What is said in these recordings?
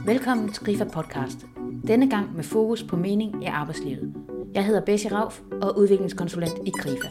Velkommen til Grifa Podcast. Denne gang med fokus på mening i arbejdslivet. Jeg hedder Bessie Rauf og er udviklingskonsulent i Grifa.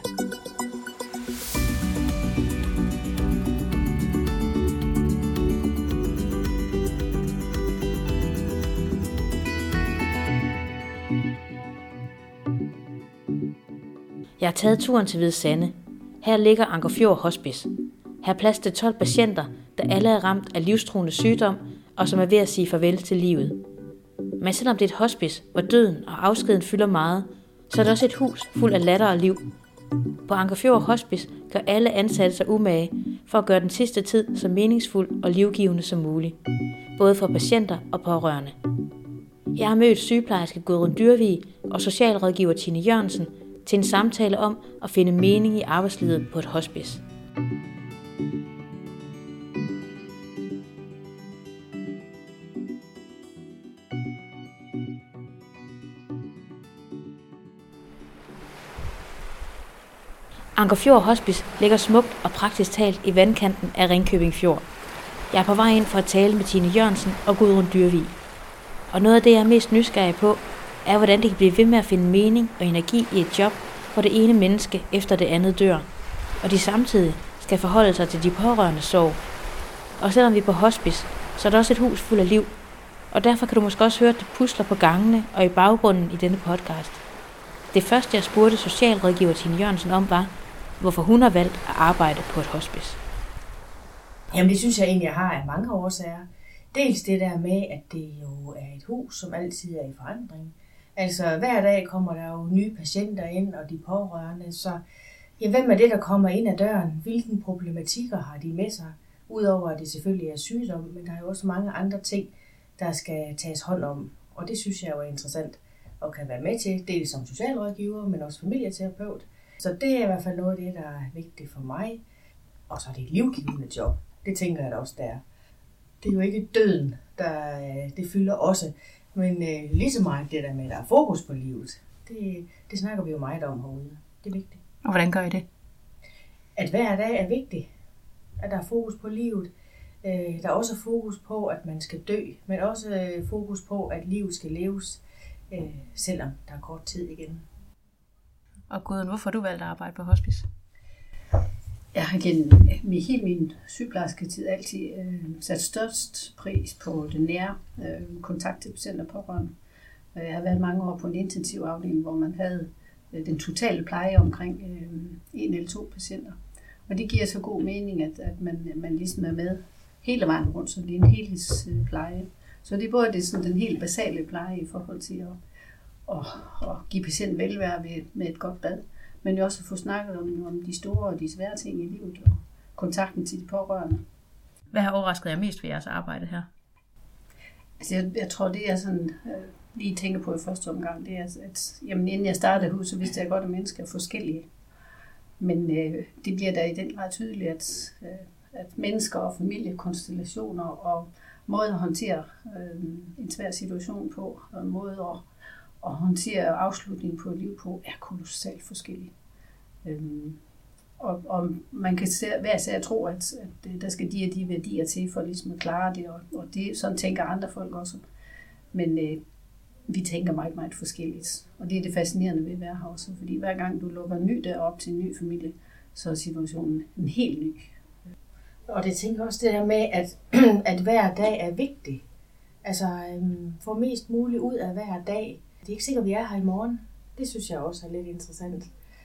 Jeg har taget turen til Hvide Sande. Her ligger Ankerfjord Hospice. Her er plads til 12 patienter, der alle er ramt af livstruende sygdom, og som er ved at sige farvel til livet. Men selvom det er et hospice, hvor døden og afskeden fylder meget, så er det også et hus fuld af latter og liv. På Ankerfjord Hospice gør alle ansatte sig umage for at gøre den sidste tid så meningsfuld og livgivende som muligt. Både for patienter og pårørende. Jeg har mødt sygeplejerske Gudrun Dyrvig og socialrådgiver Tine Jørgensen til en samtale om at finde mening i arbejdslivet på et hospice. Ankerfjord Hospice ligger smukt og praktisk talt i vandkanten af Ringkøbing Fjord. Jeg er på vej ind for at tale med Tine Jørgensen og Gudrun Dyrvig. Og noget af det, jeg er mest nysgerrig på, er, hvordan det kan blive ved med at finde mening og energi i et job, hvor det ene menneske efter det andet dør, og de samtidig skal forholde sig til de pårørende sorg. Og selvom vi er på hospice, så er der også et hus fuld af liv, og derfor kan du måske også høre, at det pusler på gangene og i baggrunden i denne podcast. Det første, jeg spurgte socialrådgiver Tine Jørgensen om, var, hvorfor hun har valgt at arbejde på et hospice. Jamen det synes jeg egentlig, jeg har af mange årsager. Dels det der med, at det jo er et hus, som altid er i forandring. Altså hver dag kommer der jo nye patienter ind, og de pårørende, så ja, hvem er det, der kommer ind ad døren? Hvilke problematikker har de med sig? Udover at det selvfølgelig er sygdom, men der er jo også mange andre ting, der skal tages hånd om. Og det synes jeg jo er interessant og kan være med til, dels som socialrådgiver, men også familieterapeut. Så det er i hvert fald noget af det, der er vigtigt for mig. Og så er det et livgivende job. Det tænker jeg da også, der. Det er jo ikke døden, det fylder også. Men lige så meget det der med, at der er fokus på livet, det snakker vi jo meget om herude. Det er vigtigt. Og hvordan gør I det? At hver dag er vigtig. At der er fokus på livet. Der er også fokus på, at man skal dø. Men også fokus på, at livet skal leves, selvom der er kort tid igen. Og Gudrun, hvorfor har du valgt at arbejde på hospice? Jeg har gennem hele min sygeplejersketid altid sat størst pris på den nære kontakt til patienter og pårørende. Jeg har været mange år på en intensiv afdeling, hvor man havde den totale pleje omkring 1 eller 2 patienter. Og det giver så god mening, at man ligesom er med hele vejen rundt, så det er en helhedspleje. Så det er både sådan den helt basale pleje i forhold til at give patienten velvære med et godt bad, men også at få snakket om de store og de svære ting i livet og kontakten til de pårørende. Hvad har overrasket jer mest ved jeres arbejde her? Altså jeg tror, det er sådan, lige tænker på i første omgang, det er, at jamen, inden jeg startede hus, så vidste jeg godt, at mennesker er forskellige. Men det bliver da i den grad tydeligt, at mennesker og familiekonstellationer og måde at håndtere en svær situation på, og en måde at håndtere afslutningen på et liv på, er kolossalt forskellig. Og man kan hver især tro, at der skal de og de værdier til for ligesom at klare det, og det, sådan tænker andre folk også. Men vi tænker meget, meget forskelligt. Og det er det fascinerende ved at være her også, fordi hver gang du lukker en ny dør op til en ny familie, så er situationen en helt ny. Og det tænker også det der med, at hver dag er vigtig. Altså få mest muligt ud af hver dag. Det er ikke sikkert, at vi er her i morgen. Det synes jeg også er lidt interessant.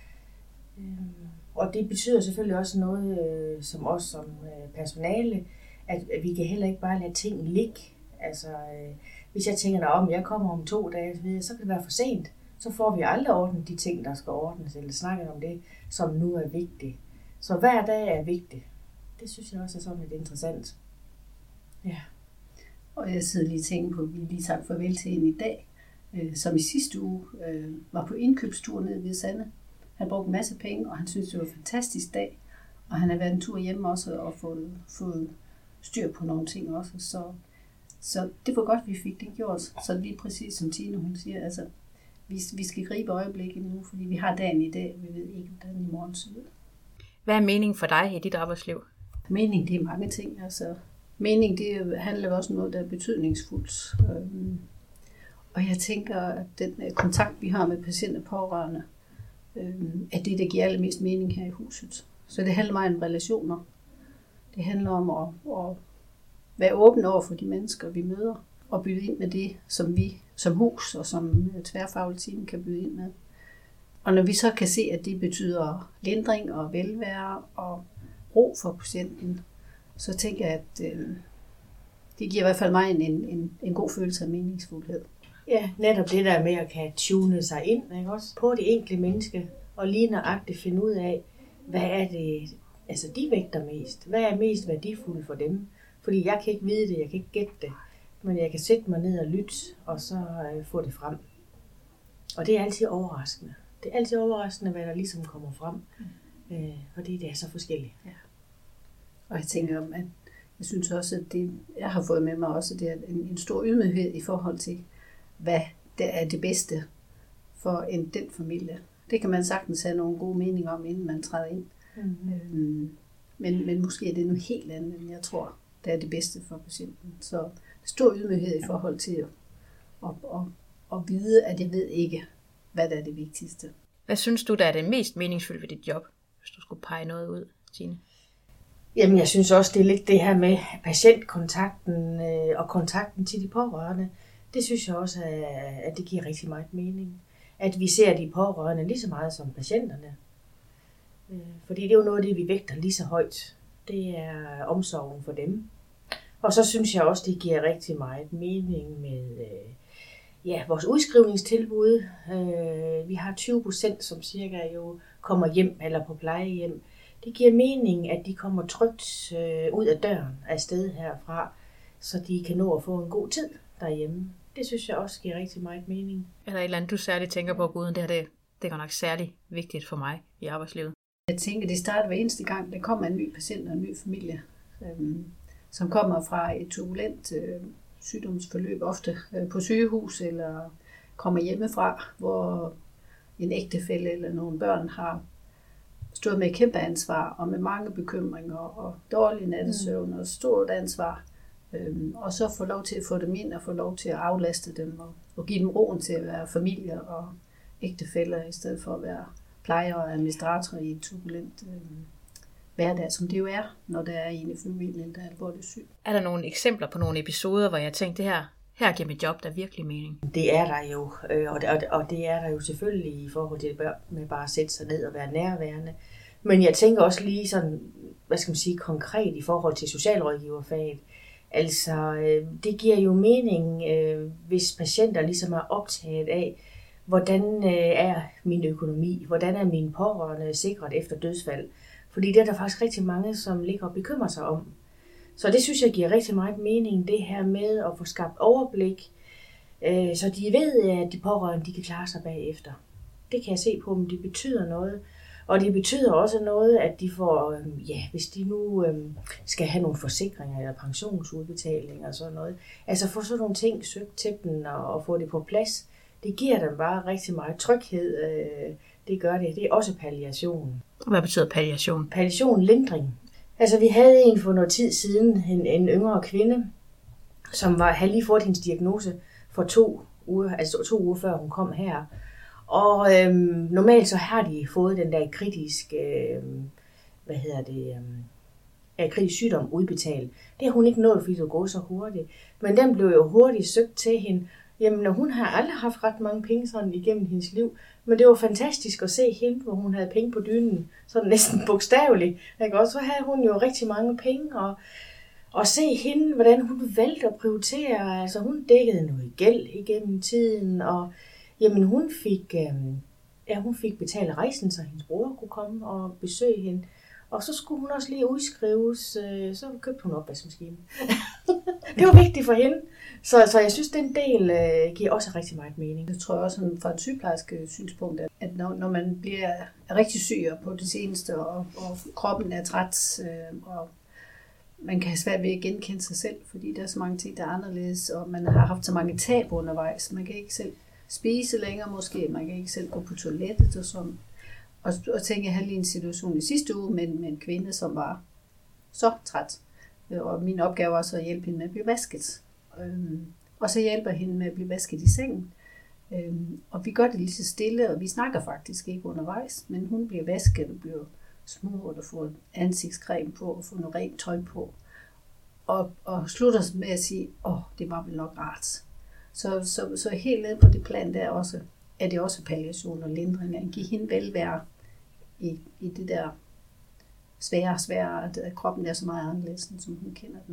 Og det betyder selvfølgelig også noget som os som personale, at vi kan heller ikke bare lade ting ligge. Altså, hvis jeg tænker, om jeg kommer om 2 dage, så kan det være for sent. Så får vi aldrig ordnet de ting, der skal ordnes, eller snakket om det, som nu er vigtigt. Så hver dag er vigtig. Det synes jeg også er sådan lidt interessant. Ja. Og jeg sidder lige og tænker på, at vi lige sagt farvel til en i dag, som i sidste uge var på indkøbstur nede ved Sande. Han brugte en masse penge, og han synes, det var en fantastisk dag. Og han har været en tur hjemme også og fået styr på nogle ting også. Så det var godt, vi fik det gjort. Så lige præcis som Tine, hun siger, altså, vi skal gribe øjeblikket nu, fordi vi har dagen i dag, vi ved ikke, hvordan i morgen ser ud. Hvad er meningen for dig i dit arbejdsliv? Mening, det er mange ting. Altså, Mening, det handler også om noget, der er betydningsfuldt. Og jeg tænker, at den kontakt, vi har med patienter og pårørende, er det, der giver allermest mening her i huset. Så det handler meget om relationer. Det handler om at være åben over for de mennesker, vi møder, og byde ind med det, som vi som hus og som tværfagligt team kan byde ind med. Og når vi så kan se, at det betyder lindring og velvære og ro for patienten, så tænker jeg, at det giver i hvert fald mig en god følelse af meningsfuldhed. Ja, netop det der med at kan tune sig ind, ikke også? På det enkelte menneske, og lige nøjagtigt finde ud af, hvad er det, altså de vægter mest. Hvad er mest værdifuldt for dem? Fordi jeg kan ikke vide det, jeg kan ikke gætte det, men jeg kan sætte mig ned og lytte, og så få det frem. Og det er altid overraskende. Det er altid overraskende, hvad der ligesom kommer frem, fordi det er så forskelligt. Ja. Og jeg tænker, at jeg synes også, at det, jeg har fået med mig også, det er en stor ydmyghed i forhold til, hvad der er det bedste for den familie. Det kan man sagtens have nogle gode meninger om, inden man træder ind. Mm-hmm. Men måske er det noget helt andet, end jeg tror, der er det bedste for patienten. Så stor ydmyghed i forhold til at vide, at jeg ved ikke, hvad der er det vigtigste. Hvad synes du, der er det mest meningsfulde ved dit job, hvis du skulle pege noget ud, Tine? Jamen, jeg synes også, det er lidt det her med patientkontakten og kontakten til de pårørende. Det synes jeg også, at det giver rigtig meget mening. At vi ser de pårørende lige så meget som patienterne. Fordi det er jo noget af det, vi vægter lige så højt. Det er omsorgen for dem. Og så synes jeg også, det giver rigtig meget mening med vores udskrivningstilbud. Vi har 20%, som cirka jo kommer hjem eller på plejehjem. Det giver mening, at de kommer trygt ud af døren afsted herfra, så de kan nå at få en god tid derhjemme. Det synes jeg også giver rigtig meget mening. Er der et eller andet, du særligt tænker på, Guden, det er nok særlig vigtigt for mig i arbejdslivet? Jeg tænker, det starter hver eneste gang, der kommer en ny patient og en ny familie, som kommer fra et turbulent sygdomsforløb, ofte på sygehus eller kommer hjemmefra, hvor en ægtefælle eller nogle børn har stået med et kæmpe ansvar og med mange bekymringer og dårlig nattesøvn og stort ansvar. Og så få lov til at få dem ind og få lov til at aflaste dem og give dem roen til at være familie og ægtefæller i stedet for at være plejer og administrator i et turbulent hverdag, som det jo er, når der er en i familien, der er alvorligt syg. Er der nogle eksempler på nogle episoder, hvor jeg tænkte, det her giver mit job der virkelig mening? Det er der jo, og det er der jo selvfølgelig i forhold til med bare at sætte sig ned og være nærværende. Men jeg tænker også lige sådan, konkret i forhold til socialrådgiverfaget. Altså, det giver jo mening, hvis patienter ligesom er optaget af, hvordan er min økonomi, hvordan er mine pårørende sikret efter dødsfald. Fordi det er der faktisk rigtig mange, som ligger og bekymrer sig om. Så det synes jeg giver rigtig meget mening, det her med at få skabt overblik, så de ved, at de pårørende de kan klare sig bagefter. Det kan jeg se på dem, det betyder noget. Og det betyder også noget, at de får, hvis de nu skal have nogle forsikringer eller pensionsudbetalinger og sådan noget, altså få sådan nogle ting søgt til dem og få det på plads, det giver dem bare rigtig meget tryghed. Det gør det. Det er også palliation. Hvad betyder palliation? Palliation, lindring. Altså vi havde en for noget tid siden, en yngre kvinde, som havde lige fået hendes diagnose for 2 uger, altså 2 uger før hun kom her. Og normalt så har de fået den der kritiske, kritisk sygdom udbetalt. Det har hun ikke nået, fordi det går så hurtigt. Men den blev jo hurtigt søgt til hende. Jamen, hun har aldrig haft ret mange penge sådan igennem hendes liv. Men det var fantastisk at se hende, hvor hun havde penge på dynen. Sådan næsten bogstaveligt. Og så havde hun jo rigtig mange penge. Og se hende, hvordan hun valgte at prioritere. Altså, hun dækkede noget gæld igennem tiden. Og jamen, hun fik betalt rejsen, så hendes bror kunne komme og besøge hende. Og så skulle hun også lige udskrives, så købte hun opvaskemaskinen. Det var vigtigt for hende. Så jeg synes, den del giver også rigtig meget mening. Jeg tror også fra et sygeplejerske synspunkt, at når man bliver rigtig syg på det seneste, og kroppen er træt, og man kan have svært ved at genkende sig selv, fordi der er så mange ting, der er anderledes, og man har haft så mange tab undervejs. Man kan ikke selv spise længere måske, man kan ikke selv gå på toilettet og sådan. Og tænke, jeg havde lige en situation i sidste uge med en kvinde, som var så træt, Og min opgave var så at hjælpe hende med at blive vasket. Og så hjælper hende med at blive vasket i sengen. Og vi gør det lige så stille, og vi snakker faktisk ikke undervejs, men hun bliver vasket og bliver smurt og får ansigtscreme på og får noget rent tøj på. Og slutter med at sige, det var vel nok rart. Så helt ned på det plan der også, er det også palliation og lindring, at give hende velvære i det der svære, at kroppen er så meget anderledes, som hun kender den.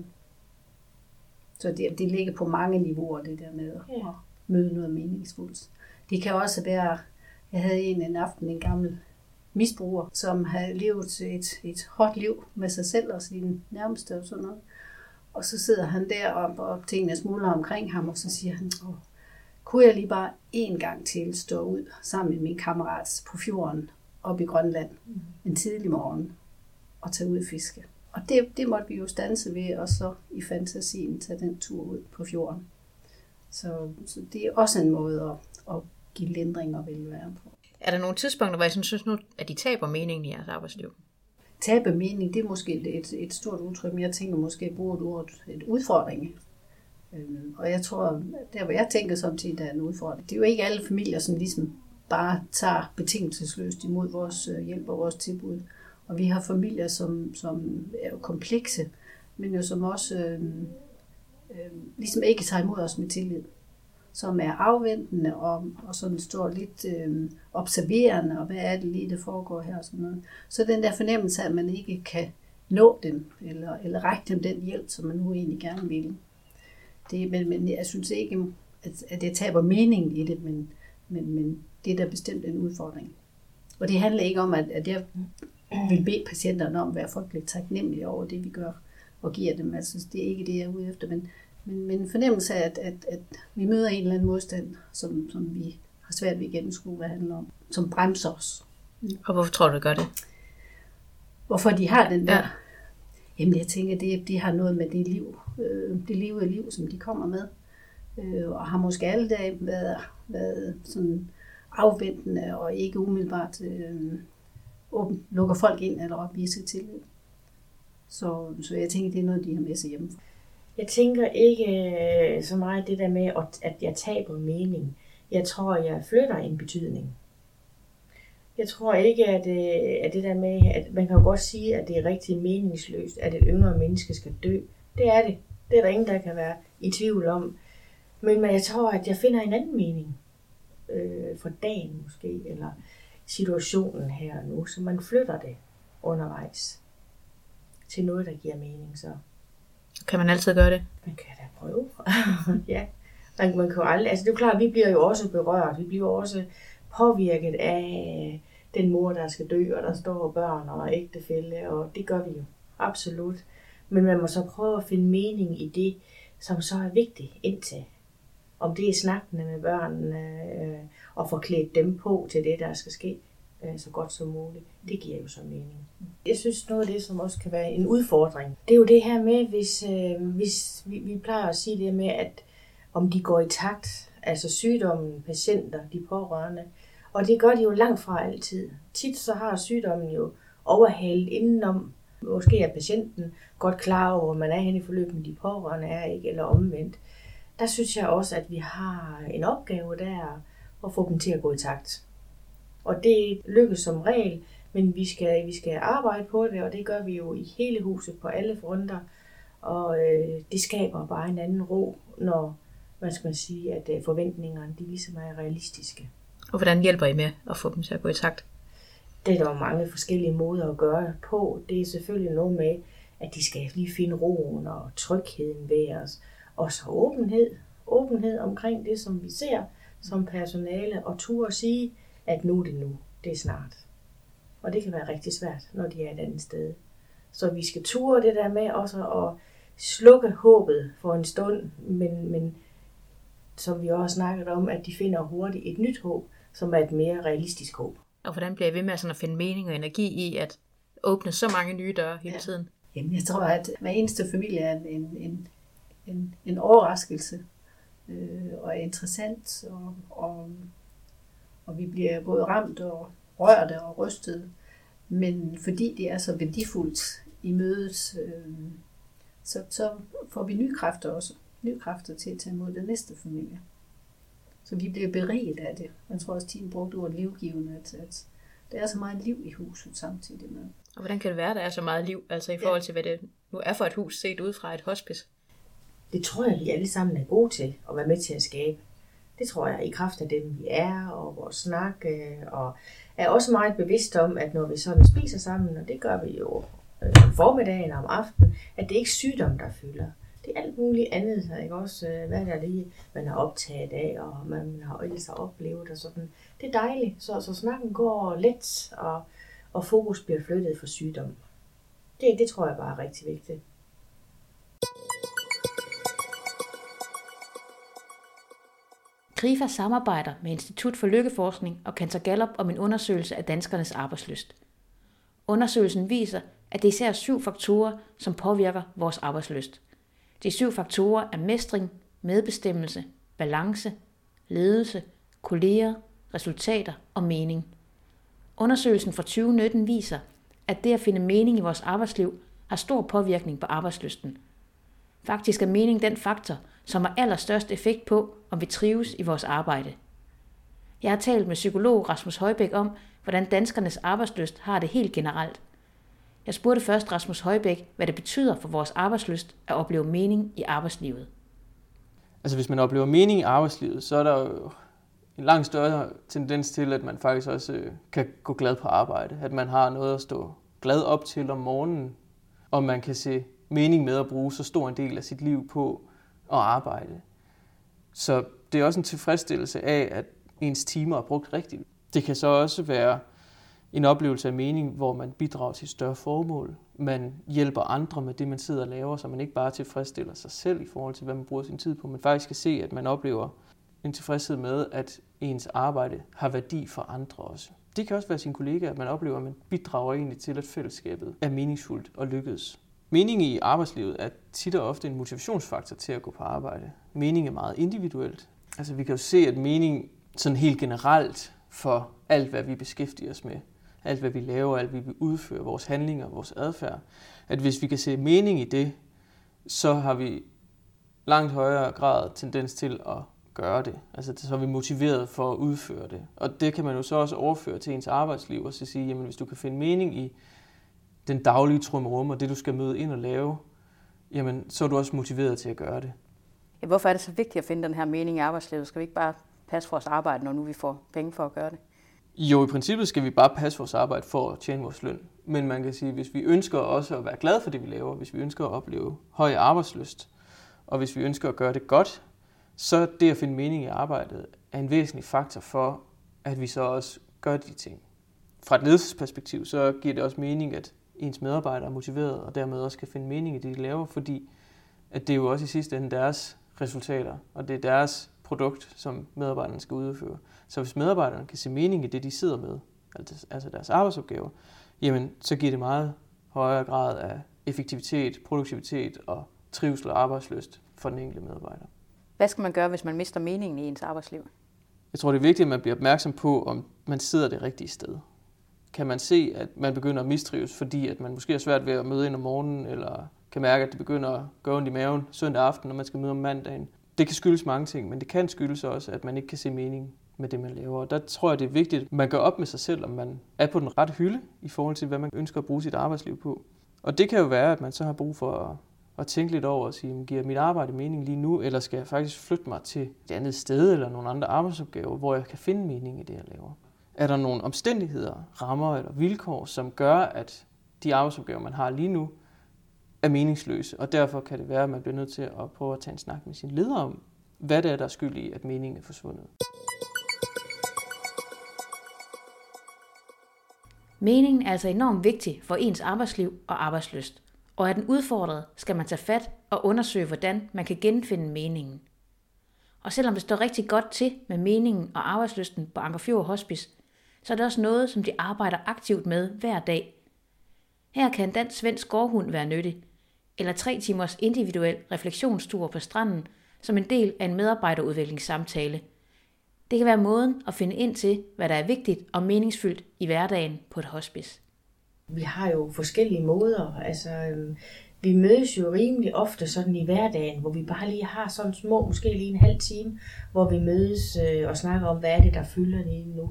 Så det ligger på mange niveauer, det der med at møde noget meningsfuldt. Det kan også være, jeg havde en aften, en gammel misbruger, som havde levet et hårdt liv med sig selv og sine nærmeste og sådan noget. Og så sidder han der og tingene smuldrer omkring ham, og så siger han, kunne jeg lige bare en gang til stå ud sammen med min kammerat på fjorden oppe i Grønland en tidlig morgen og tage ud og fiske. Og det måtte vi jo standse ved, og så i fantasien tage den tur ud på fjorden. Så det er også en måde at give lindring og velvære på. Er der nogle tidspunkter, hvor jeg synes nu, at de taber meningen i jeres arbejdsliv? Tabe mening, det er måske et stort udtryk, men jeg tænker måske at bruge et udfordring. Og jeg tror, der hvor jeg tænker samtidig, der er en udfordring. Det er jo ikke alle familier, som ligesom bare tager betingelsesløst imod vores hjælp og vores tilbud. Og vi har familier, som er jo komplekse, men jo som også ligesom ikke tager imod os med tillid. Som er afventende og sådan står lidt observerende, og hvad er det lige, der foregår her og sådan noget. Så den der fornemmelse af, at man ikke kan nå dem, eller række dem den hjælp, som man nu egentlig gerne vil. Men jeg synes ikke, at det taber meningen i det, men det er da bestemt en udfordring. Og det handler ikke om, at jeg vil bede patienterne om at være frygteligt taknemmelige over det, vi gør og giver dem. Altså, det er ikke det, jeg er ude efter, men en fornemmelse af, at vi møder en eller anden modstand, som vi har svært ved at gennemskue, hvad det handler om, som bremser os. Og hvorfor tror du, det gør det? Hvorfor de har den der? Ja. Jamen, jeg tænker, det har noget med det levede liv, som de kommer med. Og har måske alle dage været sådan afventende og ikke umiddelbart lukker folk ind eller opviser tillid. Så jeg tænker, det er noget, de har med sig hjemmefra. Jeg tænker ikke så meget det der med, at jeg taber mening. Jeg tror, jeg flytter en betydning. Jeg tror ikke, at det der med, at man kan jo godt sige, at det er rigtig meningsløst, at et yngre menneske skal dø. Det er det. Det er der ingen, der kan være i tvivl om. Men jeg tror, at jeg finder en anden mening for dagen måske, eller situationen her nu, så man flytter det undervejs til noget, der giver mening så. Kan man altid gøre det? Man kan da prøve. Ja. Man kan jo aldrig, altså det er jo klart, at vi bliver jo også berørt. Vi bliver også påvirket af den mor, der skal dø, og der står børn og ægtefælle, og det gør vi jo. Absolut. Men man må så prøve at finde mening i det, som så er vigtigt indtil. Om det er snakkende med børnene, og få klædt dem på til det, der skal ske så godt som muligt. Det giver jo så mening. Jeg synes noget af det, som også kan være en udfordring, det er jo det her med, hvis vi plejer at sige det med, at om de går i takt, altså sygdommen, patienter, de pårørende, og det gør de jo langt fra altid. Tit så har sygdommen jo overhalet indenom. Måske er patienten godt klar over, hvor man er henne i forløbet, men de pårørende er ikke, eller omvendt. Der synes jeg også, at vi har en opgave der, at få dem til at gå i takt. Og det lykkes som regel, men vi skal arbejde på det, og det gør vi jo i hele huset på alle fronter. Og det skaber bare en anden ro, når man skal sige, at forventningerne de ligesom er realistiske. Og hvordan hjælper I med at få dem til at gå i takt? Det er der jo mange forskellige måder at gøre på. Det er selvfølgelig noget med, at de skal lige finde roen og trygheden ved os. Og så åbenhed omkring det, som vi ser som personale, og turde sige, at nu er det er snart. Og det kan være rigtig svært, når de er et andet sted. Så vi skal ture det der med også at slukke håbet for en stund, men som vi også har snakket om, at de finder hurtigt et nyt håb, som er et mere realistisk håb. Og hvordan bliver I ved med at finde mening og energi i at åbne så mange nye døre hele tiden? Jamen, jeg tror, at hver eneste familie er en overraskelse og interessant, og vi bliver både ramt og rørte og rystet. Men fordi det er så værdifuldt i mødet, så får vi nye kræfter også. Nye kræfter til at tage imod den næste familie. Så vi bliver beriget af det. Jeg tror også, Tine brugte ordet livgivende, at der er så meget liv i huset samtidig med. Og hvordan kan det være, at der er så meget liv, altså i forhold til, hvad det nu er for et hus set ud fra et hospice? Det tror jeg, vi alle sammen er gode til at være med til at skabe. Det tror jeg i kraft af dem, vi er, og vores snak, og er også meget bevidst om, at når vi sådan spiser sammen, og det gør vi jo om formiddagen og om aftenen, at det ikke er sygdom, der fylder. Det er alt muligt andet, ikke også, hvad der lige man har optaget af, og man har ellers oplevet og sådan. Det er dejligt, så snakken går let, og fokus bliver flyttet fra sygdom. Det tror jeg bare er rigtig vigtigt. Krifa samarbejder med Institut for Lykkeforskning og Cantor Gallup om en undersøgelse af danskernes arbejdslyst. Undersøgelsen viser, at det er især 7 faktorer, som påvirker vores arbejdslyst. De 7 faktorer er mestring, medbestemmelse, balance, ledelse, kolleger, resultater og mening. Undersøgelsen fra 2019 viser, at det at finde mening i vores arbejdsliv har stor påvirkning på arbejdslysten. Faktisk er mening den faktor, som har allerstørst effekt på, om vi trives i vores arbejde. Jeg har talt med psykolog Rasmus Højbæk om, hvordan danskernes arbejdslyst har det helt generelt. Jeg spurgte først Rasmus Højbæk, hvad det betyder for vores arbejdslyst at opleve mening i arbejdslivet. Altså hvis man oplever mening i arbejdslivet, så er der jo en langt større tendens til, at man faktisk også kan gå glad på arbejde. At man har noget at stå glad op til om morgenen, og man kan se mening med at bruge så stor en del af sit liv på at arbejde. Så det er også en tilfredsstillelse af, at ens timer er brugt rigtigt. Det kan så også være en oplevelse af mening, hvor man bidrager til et større formål. Man hjælper andre med det, man sidder og laver, så man ikke bare tilfredsstiller sig selv i forhold til, hvad man bruger sin tid på, men faktisk kan se, at man oplever en tilfredshed med, at ens arbejde har værdi for andre også. Det kan også være sine kollegaer, at man oplever, at man bidrager egentlig til, at fællesskabet er meningsfuldt og lykkedes. Mening i arbejdslivet er tit og ofte en motivationsfaktor til at gå på arbejde. Mening er meget individuelt. Altså vi kan jo se, at mening sådan helt generelt for alt, hvad vi beskæftiger os med, alt, hvad vi laver, alt, hvad vi udfører, vores handlinger, vores adfærd, at hvis vi kan se mening i det, så har vi langt højere grad tendens til at gøre det. Altså så er vi motiveret for at udføre det. Og det kan man jo så også overføre til ens arbejdsliv og så sige, jamen hvis du kan finde mening i den daglige trummerum og det, du skal møde ind og lave, jamen så er du også motiveret til at gøre det. Ja, hvorfor er det så vigtigt at finde den her mening i arbejdslivet? Skal vi ikke bare passe vores arbejde, når nu vi får penge for at gøre det? Jo, i princippet skal vi bare passe vores arbejde for at tjene vores løn. Men man kan sige, hvis vi ønsker også at være glade for det, vi laver, hvis vi ønsker at opleve høj arbejdslyst, og hvis vi ønsker at gøre det godt, så det at finde mening i arbejdet er en væsentlig faktor for, at vi så også gør de ting. Fra et ledelsesperspektiv, så giver det også mening, at ens medarbejdere er motiveret, og dermed også kan finde mening i det, de laver, fordi at det er jo også i sidste ende deres resultater, og det er deres produkt, som medarbejderne skal udføre. Så hvis medarbejderne kan se mening i det, de sidder med, altså deres arbejdsopgaver, jamen så giver det meget højere grad af effektivitet, produktivitet og trivsel og arbejdslyst for den enkelte medarbejder. Hvad skal man gøre, hvis man mister meningen i ens arbejdsliv? Jeg tror, det er vigtigt, at man bliver opmærksom på, om man sidder det rigtige sted. Kan man se, at man begynder at mistrives, fordi at man måske er svært ved at møde ind om morgenen, eller kan mærke, at det begynder at gøre ondt i maven søndag aften, når man skal møde om mandagen. Det kan skyldes mange ting, men det kan skyldes også, at man ikke kan se mening med det, man laver. Og der tror jeg, det er vigtigt, at man gør op med sig selv, om man er på den rette hylde i forhold til, hvad man ønsker at bruge sit arbejdsliv på. Og det kan jo være, at man så har brug for at tænke lidt over og sige, giver mit arbejde mening lige nu, eller skal jeg faktisk flytte mig til et andet sted eller nogle andre arbejdsopgaver, hvor jeg kan finde mening i det, jeg laver? Er der nogle omstændigheder, rammer eller vilkår, som gør, at de arbejdsopgaver, man har lige nu, er meningsløse, og derfor kan det være, at man bliver nødt til at prøve at tage en snak med sin leder om, hvad det er, der er skyld i, at meningen er forsvundet. Meningen er altså enormt vigtig for ens arbejdsliv og arbejdslyst, og er den udfordret, skal man tage fat og undersøge, hvordan man kan genfinde meningen. Og selvom det står rigtig godt til med meningen og arbejdslysten på Anker Fjord Hospice, så er det også noget, som de arbejder aktivt med hver dag. Her kan en dansk-svensk gårdhund være nyttig, eller 3 timers individuel refleksionstur på stranden som en del af en medarbejderudviklingssamtale. Det kan være måden at finde ind til, hvad der er vigtigt og meningsfyldt i hverdagen på et hospice. Vi har jo forskellige måder. Altså, Vi mødes jo rimelig ofte sådan i hverdagen, hvor vi bare lige har sådan små, måske lige en halv time, hvor vi mødes og snakker om, hvad er det, der fylder lige nu.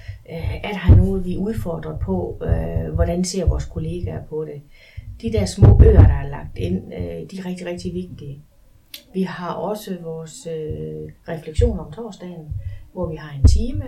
Er der noget, vi er udfordret på? Hvordan ser vores kollegaer på det? De der små øer, der er lagt ind, de er rigtig, rigtig vigtige. Vi har også vores refleksion om torsdagen, hvor vi har en time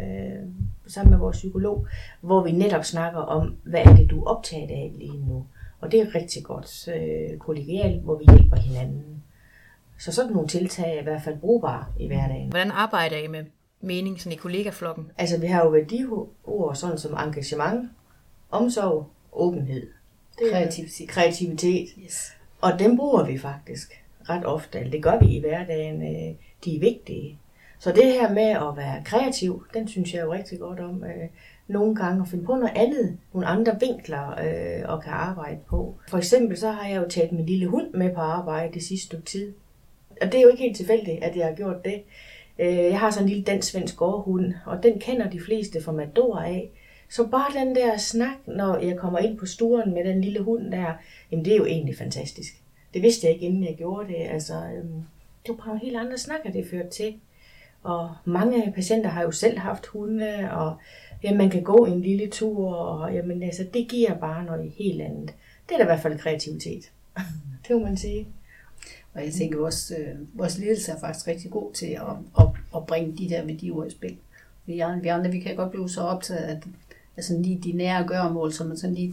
sammen med vores psykolog, hvor vi netop snakker om, hvad er det, du er optaget af lige nu. Og det er rigtig godt kollegialt, hvor vi hjælper hinanden. Så sådan nogle tiltag er i hvert fald brugbare i hverdagen. Hvordan arbejder I med mening sådan i kollegaflokken? Altså vi har jo værdiord sådan som engagement, omsorg, åbenhed. Det er kreativitet. Yes. Og dem bruger vi faktisk ret ofte. Det gør vi i hverdagen. De er vigtige. Så det her med at være kreativ, den synes jeg jo rigtig godt om. Nogle gange at finde på noget andet, nogle andre vinkler og kan arbejde på. For eksempel så har jeg jo taget min lille hund med på arbejde det sidste stykke tid. Og det er jo ikke helt tilfældigt, at jeg har gjort det. Jeg har sådan en lille dansk-svensk gårdhund, og den kender de fleste fra Matador af. Så bare den der snak, når jeg kommer ind på sturen med den lille hund der, jamen det er jo egentlig fantastisk. Det vidste jeg ikke, inden jeg gjorde det. Altså, det var bare nogle helt andre snakker, det førte til. Og mange patienter har jo selv haft hunde, og jamen, man kan gå en lille tur, og jamen, altså, det giver bare noget helt andet. Det er da i hvert fald kreativitet. Det må man sige. Og jeg tænker også, vores ledelse er faktisk rigtig god til at bringe de der værdier i spil. Vi andre, vi kan godt blive så optaget af altså lige de nære gøremål, så man sådan lige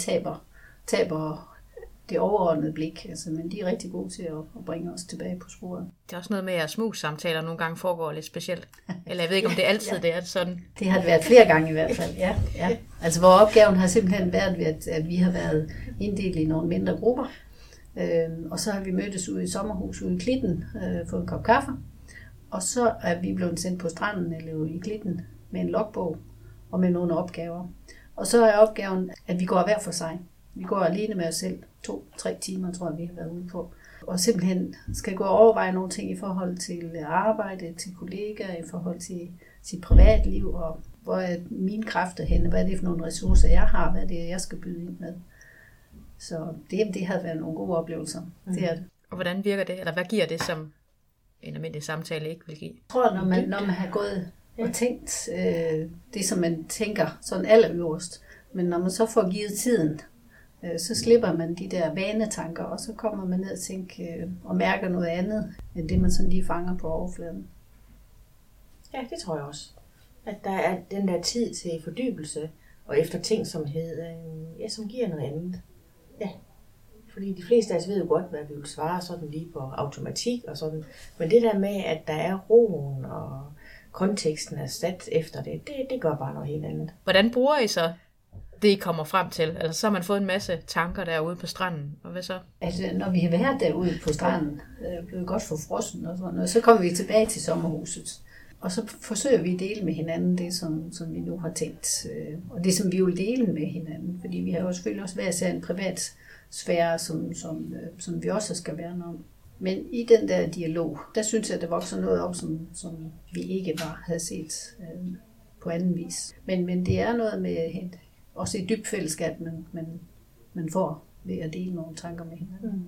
taber det overordnede blik. Altså, men de er rigtig gode til at bringe os tilbage på sporet. Det er også noget med, at smugsamtaler nogle gange foregår lidt specielt. Eller jeg ved ikke, om det altid det er sådan. Det har det været flere gange i hvert fald, ja. Altså, vores opgaven har simpelthen været ved, at vi har været inddelt i nogle mindre grupper. Og så har vi mødtes ude i sommerhus ude i Klitten, fået en kop kaffe. Og så er vi blevet sendt på stranden eller i Klitten med en logbog og med nogle opgaver. Og så er opgaven, at vi går hver for sig. Vi går alene med os selv. 2-3 timer, tror jeg, vi har været ude på. Og simpelthen skal gå og overveje nogle ting i forhold til arbejde, til kollegaer, i forhold til sit privatliv, og hvor er mine kræfter henne, hvad er det for nogle ressourcer, jeg har, hvad er det, jeg skal byde ind med. Så det har været nogle gode oplevelser. Det er det. Og hvordan virker det, eller hvad giver det, som en almindelig samtale ikke vil give? Jeg tror, når man har gået og tænkt det, som man tænker sådan allerøverst, men når man så får givet tiden, så slipper man de der vanetanker, og så kommer man ned og tænker og mærker noget andet, end det man sådan lige fanger på overfladen. Ja, det tror jeg også. At der er den der tid til fordybelse og eftertænksomhed, som giver noget andet. Ja, fordi de fleste af os ved jo godt, hvad vi vil svare sådan lige på automatik og sådan. Men det der med, at der er roen og konteksten er sat efter det gør bare noget helt andet. Hvordan bruger I så det, I kommer frem til? Altså, så har man fået en masse tanker derude på stranden, og hvad så? Altså, når vi har været derude på stranden, blevet godt for frossen og sådan noget, så kommer vi tilbage til sommerhuset. Og så forsøger vi at dele med hinanden det, som vi nu har tænkt, og det, som vi vil dele med hinanden. Fordi vi har jo selvfølgelig også hver en privat sfære, som vi også skal værne om. Men i den der dialog, der synes jeg, at der vokser noget op, som vi ikke bare havde set på anden vis. Men det er noget med også et dybt fællesskab, man får ved at dele nogle tanker med hinanden. Mm.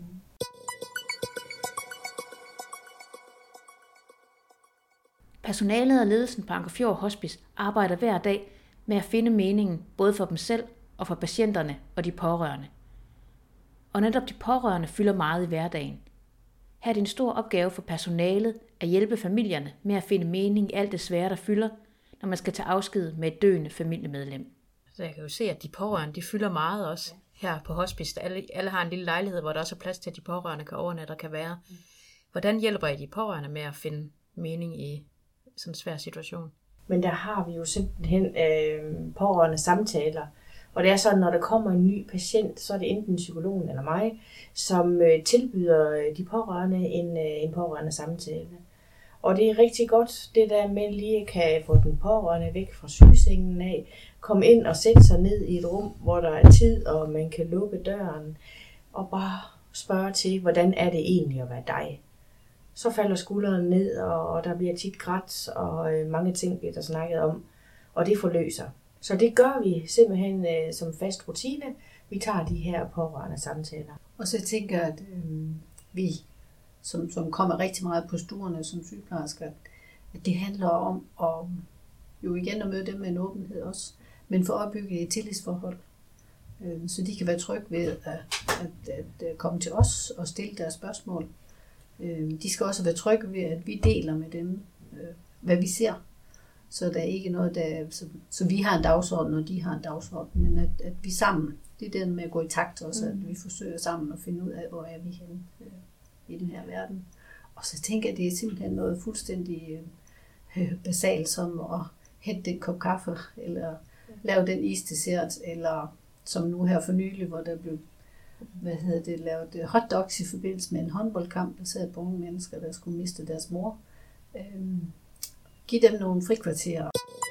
Personalet og ledelsen på Anker Fjord Hospice arbejder hver dag med at finde meningen både for dem selv og for patienterne og de pårørende. Og netop de pårørende fylder meget i hverdagen. Her er det en stor opgave for personalet at hjælpe familierne med at finde mening i alt det svære, der fylder, når man skal tage afsked med et døende familiemedlem. Så jeg kan jo se, at de pårørende, de fylder meget også her på hospice. Alle har en lille lejlighed, hvor der også er plads til, at de pårørende kan overnatte og kan være. Hvordan hjælper I de pårørende med at finde mening i sådan en svær situation? Men der har vi jo simpelthen pårørende samtaler. Og det er sådan, når der kommer en ny patient, så er det enten psykologen eller mig, som tilbyder de pårørende en pårørende samtale. Og det er rigtig godt, det der med lige kan få den pårørende væk fra sygesengen af, komme ind og sætte sig ned i et rum, hvor der er tid, og man kan lukke døren, og bare spørge til, hvordan er det egentlig at være dig? Så falder skulderen ned, og der bliver tit grædt, og mange ting bliver der snakket om, og det forløser. Så det gør vi simpelthen som fast rutine. Vi tager de her pårørende samtaler. Og så tænker jeg, at vi, som kommer rigtig meget på stuerne som sygeplejersker, at det handler om at jo igen at møde dem med en åbenhed også, men for at opbygge et tillidsforhold, så de kan være trygge ved at komme til os og stille deres spørgsmål. De skal også være trygge ved, at vi deler med dem, hvad vi ser. Så der er ikke noget, så vi har en dagsorden, og de har en dagsorden, men at vi sammen, det er det med at gå i takt også, at vi forsøger sammen at finde ud af, hvor er vi henne i den her verden. Og så tænker jeg, at det er simpelthen noget fuldstændig basalt, som at hente en kop kaffe, eller lave den isdessert, eller som nu her for nylig, hvor der blev lavet hotdogs i forbindelse med en håndboldkamp, der sad unge mennesker, der skulle miste deres mor. Giv dem nogle frikvarterer.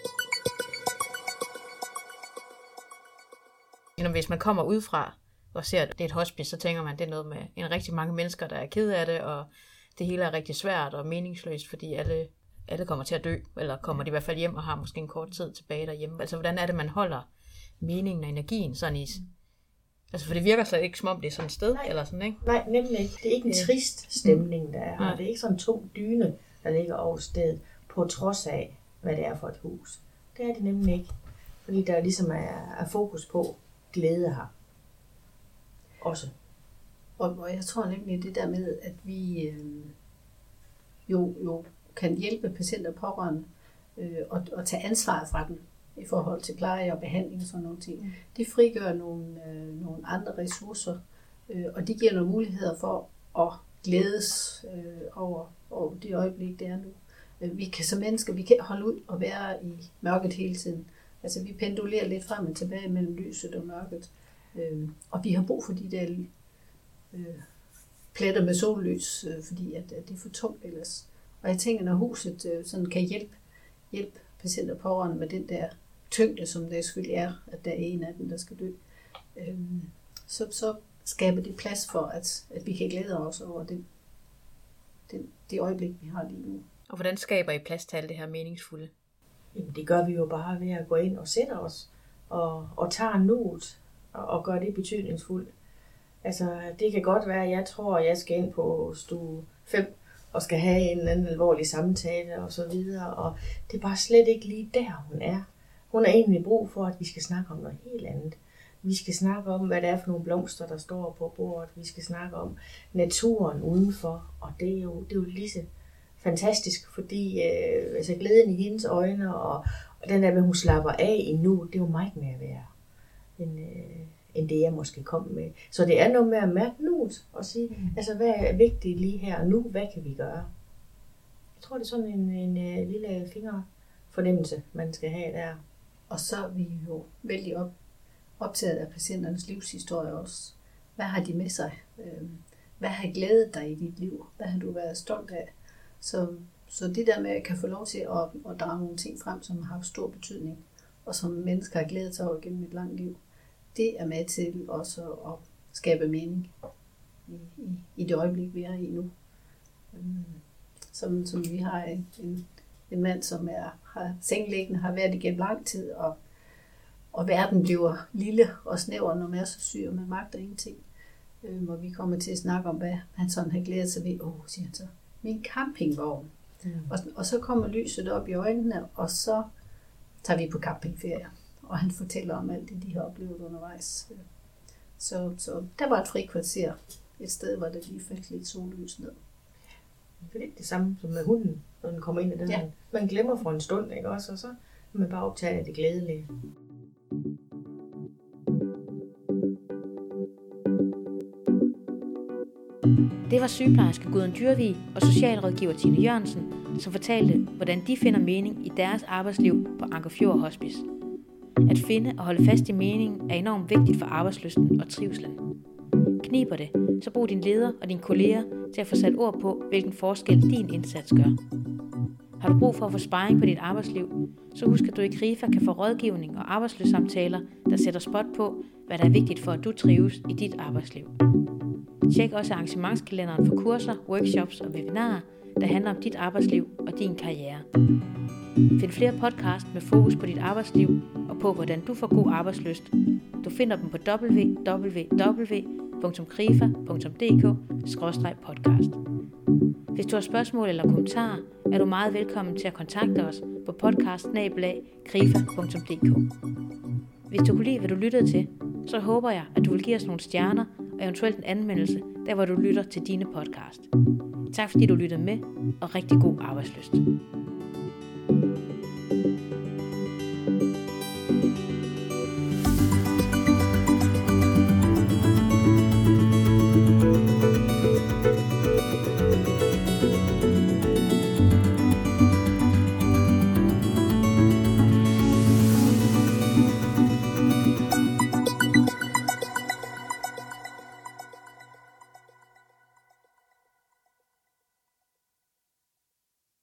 Hvis man kommer udefra og ser, at det er et hospice, så tænker man, at det er noget med en rigtig mange mennesker, der er ked af det, og det hele er rigtig svært og meningsløst, fordi alle kommer til at dø, eller kommer de i hvert fald hjem og har måske en kort tid tilbage derhjemme. Altså, hvordan er det, man holder meningen og energien sådan i? Altså, for det virker slet ikke, som om det er sådan et sted, eller sådan, ikke? Nej, nemlig ikke. Det er ikke en trist stemning, der er her. Det er ikke sådan en tung dyne, der ligger over stedet, på trods af, hvad det er for et hus. Det er det nemlig ikke. Fordi der ligesom er fokus på glæde her. Også. Og jeg tror nemlig det der med, at vi jo kan hjælpe patienter og pårørende og tage ansvaret fra dem i forhold til pleje og behandling og sådan nogle ting. Det frigør nogle andre ressourcer, og det giver nogle muligheder for at glædes over det øjeblik, det er nu. Vi kan som mennesker, vi kan holde ud og være i mørket hele tiden. Altså vi pendulerer lidt frem og tilbage mellem lyset og mørket. Og vi har brug for de der pletter med sollys, fordi at det er for tungt ellers. Og jeg tænker, når huset sådan kan hjælpe patienter og pårørende med den der tyngde, som det selvfølgelig er, at der er en af dem, der skal dø, så skaber det plads for, at vi kan glæde os over det øjeblik, vi har lige nu. Og hvordan skaber I plads til alt det her meningsfulde? Jamen, det gør vi jo bare ved at gå ind og sætte os og tage nuet og gøre det betydningsfuldt. Altså, det kan godt være, at jeg tror, at jeg skal ind på stue 5 og skal have en eller anden alvorlig samtale og så videre, og det er bare slet ikke lige der, hun er. Hun har egentlig brug for, at vi skal snakke om noget helt andet. Vi skal snakke om, hvad det er for nogle blomster, der står på bordet. Vi skal snakke om naturen udenfor, og det er jo lige så fantastisk, fordi altså glæden i hendes øjne, og den der med, hun slapper af i nu, det er jo meget mere værd, end det jeg måske kom med. Så det er noget med at mærke nuet, og sige, altså hvad er vigtigt lige her og nu, hvad kan vi gøre? Jeg tror, det er sådan en lille fingerfornemmelse, man skal have der. Og så er vi jo vældig optaget af patienternes livshistorie også. Hvad har de med sig? Hvad har glædet dig i dit liv? Hvad har du været stolt af? Så det der med, at jeg kan få lov til at drage nogle ting frem, som har stor betydning, og som mennesker har glædet sig over gennem et langt liv, det er med til også at skabe mening i det øjeblik, vi er i nu. Som vi har en mand, som har sengeliggende, har været igennem lang tid, og verden bliver lille og snæver, når man er så syg, og man magter ingenting. Hvor vi kommer til at snakke om, hvad han sådan har glædet sig ved. Siger han så, min campingvogn. Og så kommer lyset op i øjnene, og så tager vi på campingferie. Og han fortæller om alt det, de har oplevet undervejs. Så der var et frikvarter, et sted, hvor der lige faldt lidt sollys ned. Det er lidt det samme som med hunden, når den kommer ind i den. Ja. Man glemmer for en stund, ikke også? Og så er man bare optaget af det glædelige. Det var sygeplejerske Gudrun Dyrvig og socialrådgiver Tine Jørgensen, som fortalte, hvordan de finder mening i deres arbejdsliv på Anker Fjord Hospice. At finde og holde fast i meningen er enormt vigtigt for arbejdslysten og trivslen. Kniber det, så brug din leder og dine kolleger til at få sat ord på, hvilken forskel din indsats gør. Har du brug for at få sparring på dit arbejdsliv, så husk, at du i Krifa kan få rådgivning og arbejdsløssamtaler, der sætter spot på, hvad der er vigtigt for, at du trives i dit arbejdsliv. Tjek også arrangementskalenderen for kurser, workshops og webinarer, der handler om dit arbejdsliv og din karriere. Find flere podcast med fokus på dit arbejdsliv og på, hvordan du får god arbejdslyst. Du finder dem på www.krifa.dk. www.krifa.dk/podcast. Hvis du har spørgsmål eller kommentarer, er du meget velkommen til at kontakte os på podcast@krifa.dk. Hvis du kunne lide, hvad du lyttede til, så håber jeg, at du vil give os nogle stjerner og eventuelt en anmeldelse, der hvor du lytter til dine podcast. Tak fordi du lyttede med, og rigtig god arbejdslyst.